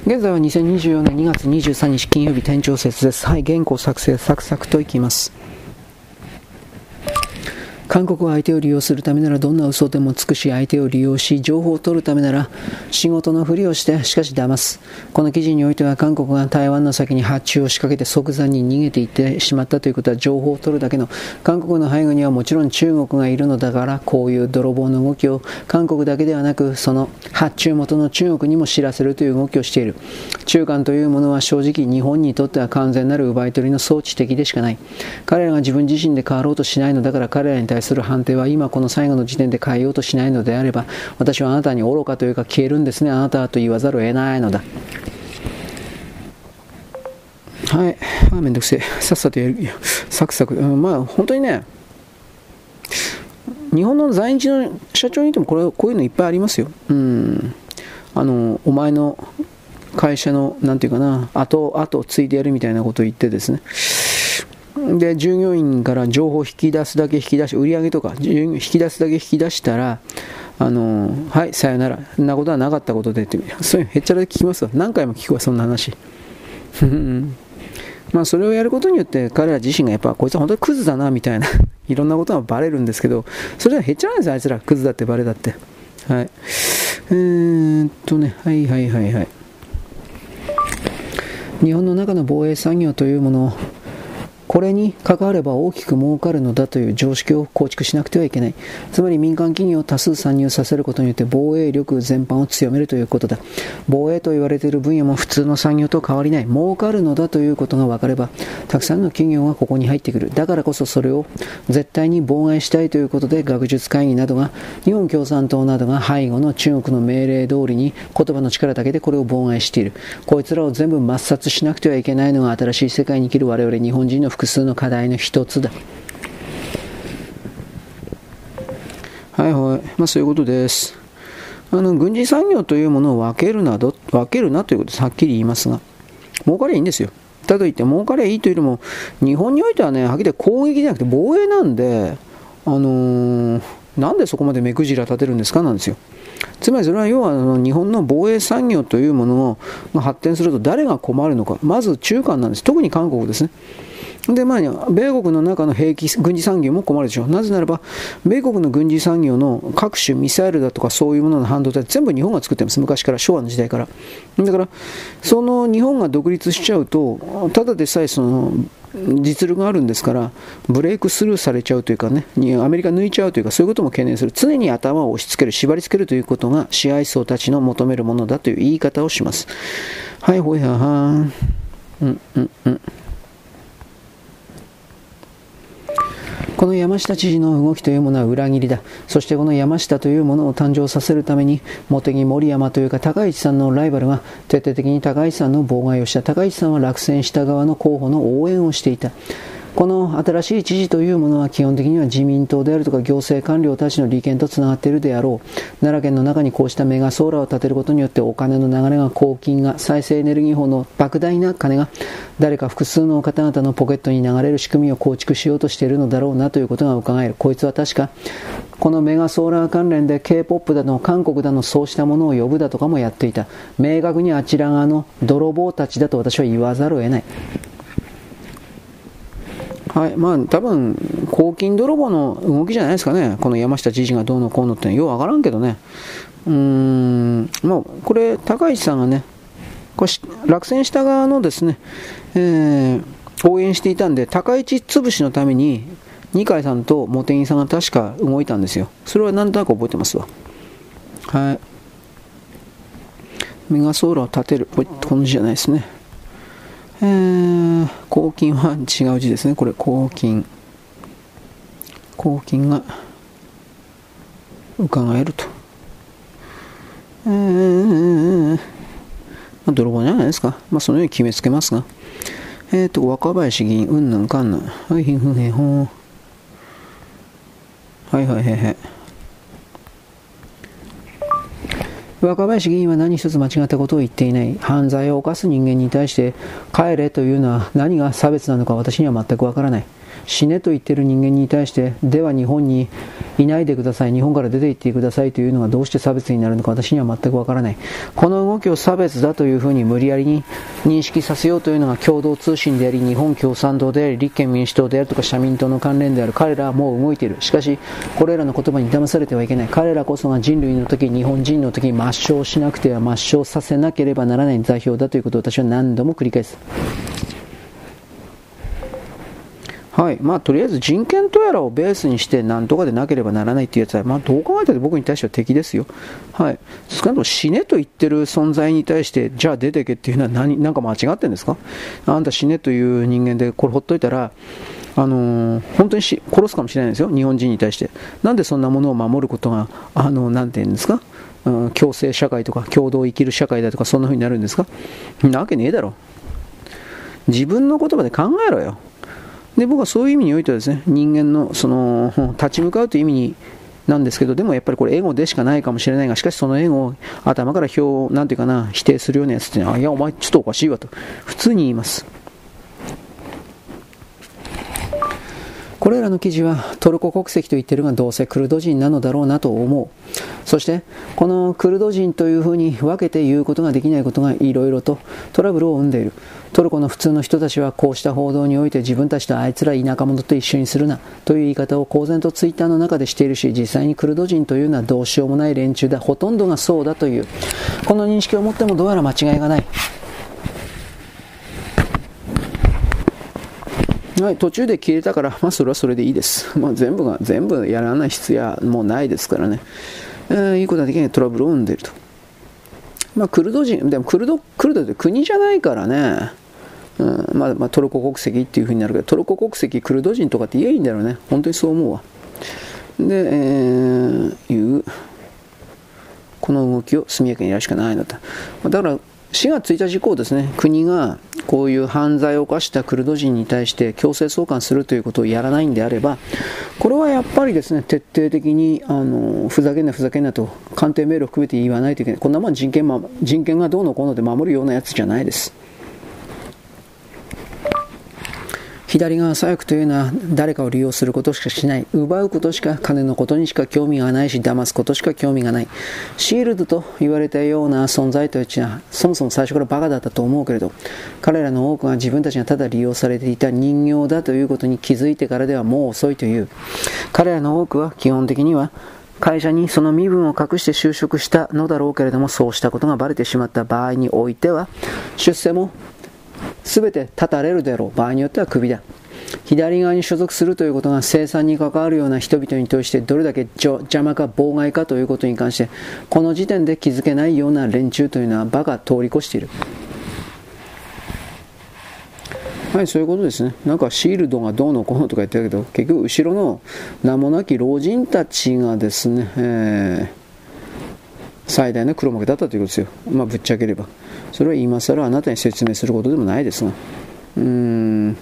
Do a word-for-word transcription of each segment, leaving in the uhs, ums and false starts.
現在はにせんにじゅうよねんにがつにじゅうさんにち金曜日、店長説です。はい、原稿作成、サクサクといきます。韓国は相手を利用するためならどんな嘘でも尽くし、相手を利用し情報を取るためなら仕事のふりをしてしかし騙す。この記事においては韓国が台湾の先に発注を仕掛けて即座に逃げていってしまったということは情報を取るだけの。韓国の背後にはもちろん中国がいるのだから、こういう泥棒の動きを韓国だけではなくその発注元の中国にも知らせるという動きをしている。中韓というものは正直日本にとっては完全なる奪い取りの装置的でしかない。彼らが自分自身で変わろうとしないのだから、彼らに対する判定は今この最後の時点で変えようとしないのであれば、私はあなたに愚かというか消えるんですね、あなたはと言わざるを得ないのだ。はい、あ、めんどくせえ、さっさとやる、サクサク、うん、まあ本当にね、日本の在日の社長にいてもこれこういうのいっぱいありますよ。うん、あのお前の会社のなんていうかな、後後を継いでやるみたいなことを言ってですね。で従業員から情報を引き出すだけ引き出し、売り上げとか引き出すだけ引き出したら、あのはいさよなら、そんなことはなかったことでって、そういうへっちゃらで聞きますわ。何回も聞くわ、そんな話。まあそれをやることによって彼ら自身がやっぱこいつは本当にクズだなみたいないろんなことがバレるんですけど、それはへっちゃらなんですよ、あいつら。クズだってバレだって。はい。えーっとね、はいはいはいはい。日本の中の防衛産業というものをこれに関われば大きく儲かるのだという常識を構築しなくてはいけない。つまり民間企業を多数参入させることによって防衛力全般を強めるということだ。防衛と言われている分野も普通の産業と変わりない。儲かるのだということが分かれば、たくさんの企業がここに入ってくる。だからこそそれを絶対に妨害したいということで、学術会議などが、日本共産党などが背後の中国の命令通りに言葉の力だけでこれを妨害している。こいつらを全部抹殺しなくてはいけないのが新しい世界に生きる我々日本人の複数の課題の一つだ。はいはい、まあそういうことです。あの軍事産業というものを分けるなど分けるなということです。はっきり言いますが、儲かりゃいいんですよ。たといって儲かりゃいいというよりも、日本においてはね、はっきり言って攻撃じゃなくて防衛なんで、あのー、なんでそこまで目くじら立てるんですかなんですよ。つまりそれは要はあの日本の防衛産業というものが発展すると誰が困るのか。まず中韓なんです。特に韓国ですね。でまあ、米国の中の兵器軍事産業も困るでしょう。なぜならば米国の軍事産業の各種ミサイルだとかそういうものの半導体全部日本が作ってます。昔から、昭和の時代から。だからその日本が独立しちゃうと、ただでさえその実力があるんですから、ブレイクスルーされちゃうというかね、アメリカ抜いちゃうというか、そういうことも懸念する。常に頭を押し付ける、縛り付けるということが支配層たちの求めるものだという言い方をします。はいほいははー、うんうんうん。この山下知事の動きというものは裏切りだ。そしてこの山下というものを誕生させるために、茂木森山というか高市さんのライバルが徹底的に高市さんの妨害をした。高市さんは落選した側の候補の応援をしていた。この新しい知事というものは基本的には自民党であるとか行政官僚たちの利権とつながっているであろう。奈良県の中にこうしたメガソーラーを建てることによってお金の流れが、公金が、再生エネルギー法の莫大な金が誰か複数の方々のポケットに流れる仕組みを構築しようとしているのだろうなということが伺える。こいつは確かこのメガソーラー関連で K-ポップ だの韓国だのそうしたものを呼ぶだとかもやっていた。明確にあちら側の泥棒たちだと私は言わざるを得ない。はい、まあ多分公金泥棒の動きじゃないですかね。この山下知事がどうのこうのってようわからんけどね。うーん、まあこれ高市さんがね、これ落選した側のですね、えー、応援していたんで、高市潰しのために二階さんと茂木さんが確か動いたんですよ。それはなんとなく覚えてますわ。はい。メガソーラーを建てる、この字じゃないですね。えー、公金は違う字ですね。これ公金公金が伺えると、えー、まあ、泥棒じゃないですか。まあそのように決めつけますが、えーと若林議員うんぬんかんぬん、はいひんふんへんほん、はいはいはいはい。若林議員は何一つ間違ったことを言っていない。犯罪を犯す人間に対して帰れというのは何が差別なのか私には全くわからない。 死ねと言っている人間に対して、では日本にいないでください、日本から出て行ってくださいというのがどうして差別になるのか私には全くわからない。この動きを差別だというふうに無理やりに認識させようというのが共同通信であり、日本共産党であり、立憲民主党であるとか社民党の関連である。彼らはもう動いている。しかしこれらの言葉に騙されてはいけない。彼らこそが人類の時、日本人の時に抹消しなくては抹消させなければならない座標だということを私は何度も繰り返す。はい、まあとりあえず人権とやらをベースにして何とかでなければならないっていうやつは、まあどう考えたって僕に対しては敵ですよ。はい。少なくとも死ねと言ってる存在に対して、じゃあ出てけっていうのは何、なんか間違ってるんですか？あんた死ねという人間でこれほっといたら、あのー、本当にし殺すかもしれないんですよ、日本人に対して。なんでそんなものを守ることが、あの、なんて言うんですか、うん、共生社会とか共同生きる社会だとかそんな風になるんですか？なわけねえだろ。自分の言葉で考えろよ。で、僕はそういう意味においてはですね、人間のその立ち向かうという意味になんですけど、でもやっぱりこれエゴでしかないかもしれないが、しかしそのエゴを頭から表、なんていうかな、否定するようなやつっていうのは、いやお前ちょっとおかしいわと普通に言います。これらの記事はトルコ国籍と言っているがどうせクルド人なのだろうなと思う。そしてこのクルド人というふうに分けて言うことができないことがいろいろとトラブルを生んでいる。トルコの普通の人たちはこうした報道において自分たちとあいつら田舎者と一緒にするなという言い方を公然とツイッターの中でしているし、実際にクルド人というのはどうしようもない連中だ、ほとんどがそうだというこの認識を持ってもどうやら間違いがない。はい、途中で消えたから、まあ、それはそれでいいです。まあ、全部が全部やらない必要はもうないですからね、えー、いいことができないトラブルを生んでいると。まあ、クルド人でもクルドクルドって国じゃないからね、うんまあ、まあトルコ国籍っていう風になるけど、トルコ国籍クルド人とかって言えばいいんだろうね。本当にそう思うわ。で、えー、いうこの動きを速やかにやるしかないのだ。だからしがついたち以降ですね、国がこういう犯罪を犯したクルド人に対して強制送還するということをやらないんであれば、これはやっぱりですね、徹底的にあのふざけんなふざけんなと官邸メールを含めて言わないといけない。こんなもん人権、ま、人権がどうのこうので守るようなやつじゃないです。左側左翼というのは誰かを利用することしかしない。奪うことしか、金のことにしか興味がないし、騙すことしか興味がない。シールドと言われたような存在というのはそもそも最初からバカだったと思うけれど、彼らの多くが自分たちがただ利用されていた人形だということに気づいてからではもう遅いという。彼らの多くは基本的には会社にその身分を隠して就職したのだろうけれども、そうしたことがバレてしまった場合においては出世も全て断たれるであろう。場合によってはクビだ。左側に所属するということが生産に関わるような人々に対してどれだけ邪魔か妨害かということに関してこの時点で気づけないような連中というのはバカ通り越している。はい、そういうことですね。なんかシールドがどうのこうのとか言ってるけど、結局後ろの名もなき老人たちがですね、えー、最大の黒幕だったということですよ。まあぶっちゃければそれは今更あなたに説明することでもないですが、うーん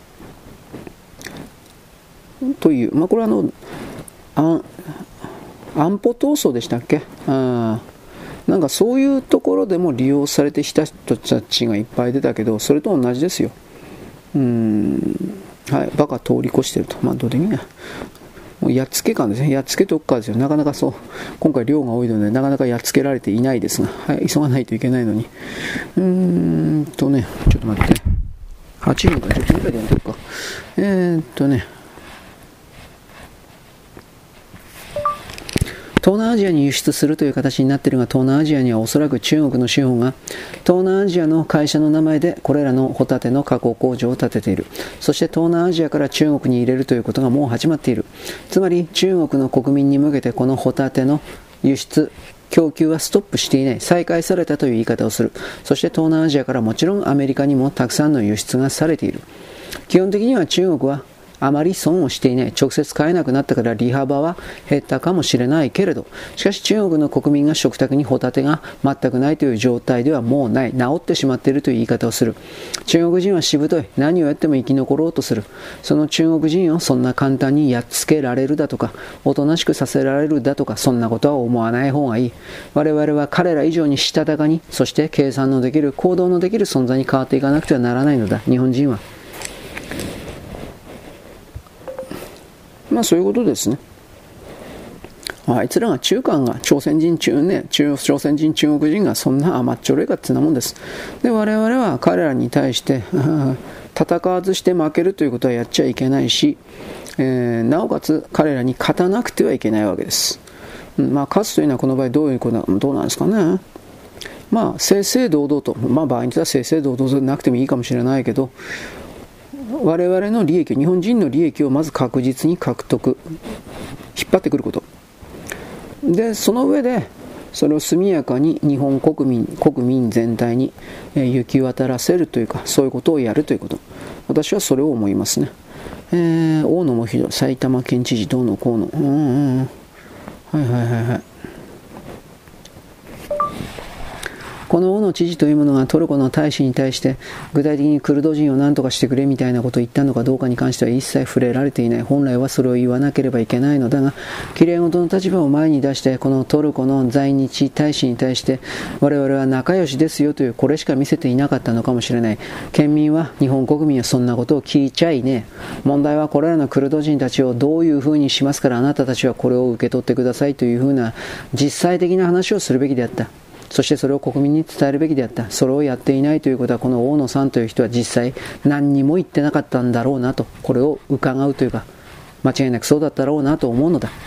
という、まあこれはあの安安保闘争でしたっけ、あなんかそういうところでも利用されてきた人たちがいっぱい出たけど、それと同じですよ。うーんはい、バカ通り越してると。まあどうでもいいや。もうやっつけ感ですね。やっつけとくかですよ。なかなかそう、今回量が多いのでなかなかやっつけられていないですが、はい、急がないといけないのに。うーんとね、ちょっと待って。はちふんか、ちょっとにかいでやっておくか。えーっとね、東南アジアに輸出するという形になっているが、東南アジアにはおそらく中国の資本が東南アジアの会社の名前でこれらのホタテの加工工場を建てている。そして東南アジアから中国に入れるということがもう始まっている。つまり中国の国民に向けてこのホタテの輸出供給はストップしていない、再開されたという言い方をする。そして東南アジアからもちろんアメリカにもたくさんの輸出がされている。基本的には中国はあまり損をしていない。直接買えなくなったから利幅は減ったかもしれないけれど、しかし中国の国民が食卓にホタテが全くないという状態ではもうない。治ってしまっているという言い方をする。中国人はしぶとい。何をやっても生き残ろうとする。その中国人をそんな簡単にやっつけられるだとか、おとなしくさせられるだとか、そんなことは思わない方がいい。我々は彼ら以上にしたたかに、そして計算のできる、行動のできる存在に変わっていかなくてはならないのだ。日本人はまあそういうことですね。あいつらが中間が朝鮮人中ね中朝鮮人中国人がそんな甘っちょろいかってなもんです。で我々は彼らに対して戦わずして負けるということはやっちゃいけないし、えー、なおかつ彼らに勝たなくてはいけないわけです。まあ勝つというのはこの場合どういうことどうなんですかね。まあ正々堂々と、まあ場合によっては正々堂々となくてもいいかもしれないけど、我々の利益日本人の利益をまず確実に獲得引っ張ってくることで、その上でそれを速やかに日本国民国民全体に行き渡らせるというか、そういうことをやるということ、私はそれを思いますね。えー、大野もひど埼玉県知事どうのこうの、うんうん、はいはいはいはい。この大野知事というものがトルコの大使に対して具体的にクルド人を何とかしてくれみたいなことを言ったのかどうかに関しては一切触れられていない。本来はそれを言わなければいけないのだが、きれいごとの立場を前に出してこのトルコの在日大使に対して我々は仲良しですよというこれしか見せていなかったのかもしれない。県民は日本国民はそんなことを聞いちゃいねえ。問題はこれらのクルド人たちをどういうふうにしますから、あなたたちはこれを受け取ってくださいというふうな実際的な話をするべきであった。そしてそれを国民に伝えるべきであった。それをやっていないということは、この大野さんという人は実際何にも言ってなかったんだろうなと、これを伺うというか、間違いなくそうだったろうなと思うのだ。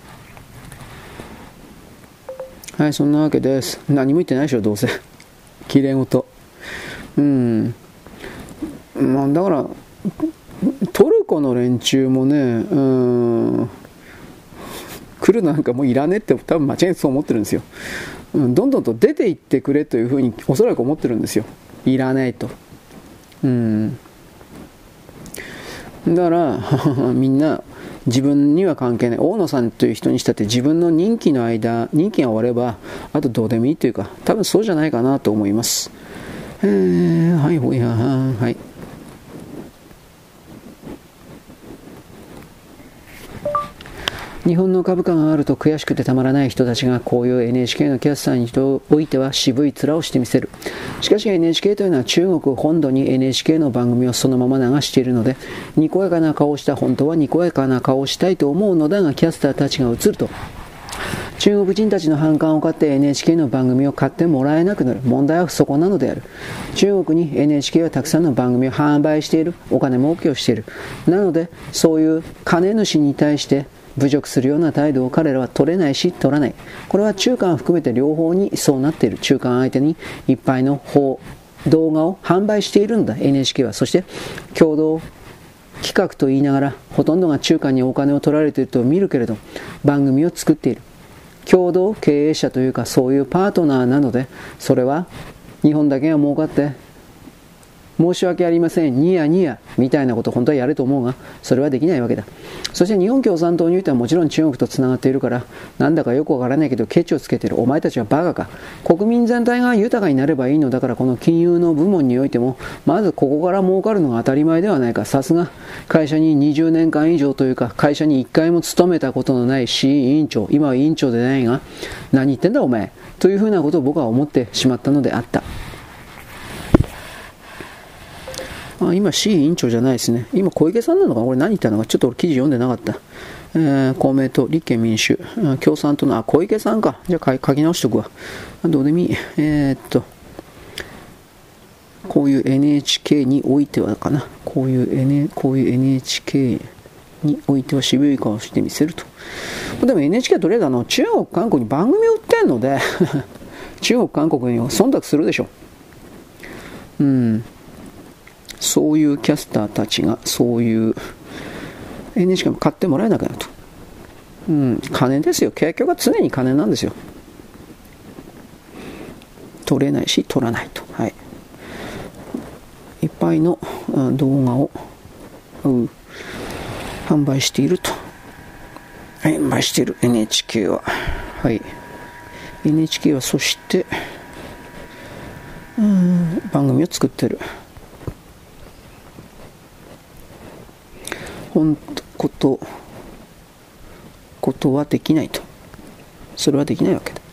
はい、そんなわけです。何も言ってないでしょ、どうせ。きれいごと。うん。まあ、だから、トルコの連中もね、うん、来るなんかもういらねえって多分間違いなくそう思ってるんですよ。どんどんと出ていってくれというふうにおそらく思ってるんですよ。いらないと。うん。だからみんな自分には関係ない。大野さんという人にしたって自分の任期の間、任期が終わればあとどうでもいいというか、多分そうじゃないかなと思います。えー、はいほいははい。日本の株価があると悔しくてたまらない人たちがこういう エヌエイチケー のキャスターにおいては渋い面をしてみせる。しかし エヌエイチケー というのは中国本土に エヌエイチケー の番組をそのまま流しているので、にこやかな顔をした本当はにこやかな顔をしたいと思うのだが、キャスターたちが映ると中国人たちの反感を買って エヌエイチケー の番組を買ってもらえなくなる。問題はそこなのである。中国に エヌエイチケー はたくさんの番組を販売している。お金儲けをしている。なのでそういう金主に対して侮辱するような態度を彼らは取れないし取らない。これは中間を含めて両方にそうなっている。中間相手にいっぱいの法動画を販売しているんだ エヌエイチケー は。そして共同企画と言いながらほとんどが中間にお金を取られていると見るけれど、番組を作っている共同経営者というかそういうパートナーなので、それは日本だけが儲かって申し訳ありませんニヤニヤみたいなことを本当はやると思うが、それはできないわけだ。そして日本共産党においてはもちろん中国とつながっているから、なんだかよくわからないけどケチをつけている。お前たちはバカか。国民全体が豊かになればいいのだから、この金融の部門においてもまずここから儲かるのが当たり前ではないか。さすが会社ににじゅうねんかん以上というか会社にいっかいも勤めたことのない シー 委員長、今は委員長でないが何言ってんだお前というふうなことを僕は思ってしまったのであった。あ、今 シー 委員長じゃないですね。今小池さんなのかな。これ何言ったのかちょっと俺記事読んでなかった。えー、公明党、立憲民主、共産党の、あ、小池さんか。じゃあ書き直しとくわ。どうでもいい。えー、っと、こういう エヌエイチケー においてはかな。こういう、N、こういう エヌエイチケー においては渋い顔してみせると。でも エヌエイチケー はとりあえずあの中国、韓国に番組を売ってんので、中国、韓国に忖度するでしょ。うん。そういうキャスターたちがそういう エヌエイチケー も買ってもらえなくなると、うん、金ですよ。結局は常に金なんですよ。取れないし取らないと、はい、いっぱいの動画を、うん、販売していると、はい、販売している エヌエイチケー は、はい、エヌエイチケー はそして、うん、番組を作ってる。本当ことことはできないと。それはできないわけだ。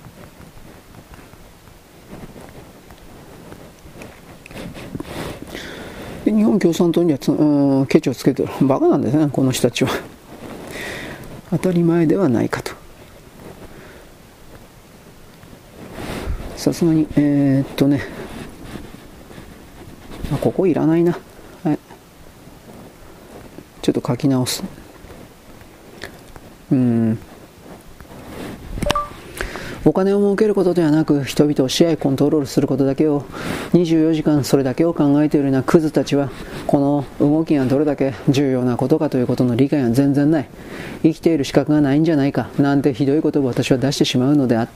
で日本共産党にはつ、うん、ケチをつけてるバカなんですね、この人たちは。 当たり前ではないかと。さすがにえー、っとねあここいらないな、はい、ちょっと書き直す。うーんお金を儲けることではなく人々を支配コントロールすることだけをにじゅうよじかんそれだけを考えているようなクズたちはこの動きがどれだけ重要なことかということの理解が全然ない。生きている資格がないんじゃないかなんてひどいことを私は出してしまうのであった。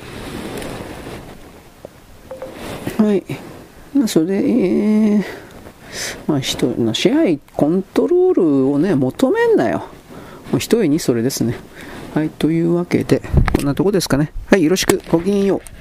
はい、それで、えーまあ、人の支配コントロールをね求めんなよ。ひとえにそれですね。はい、というわけでこんなとこですかね。はい、よろしく。ごきげんよう。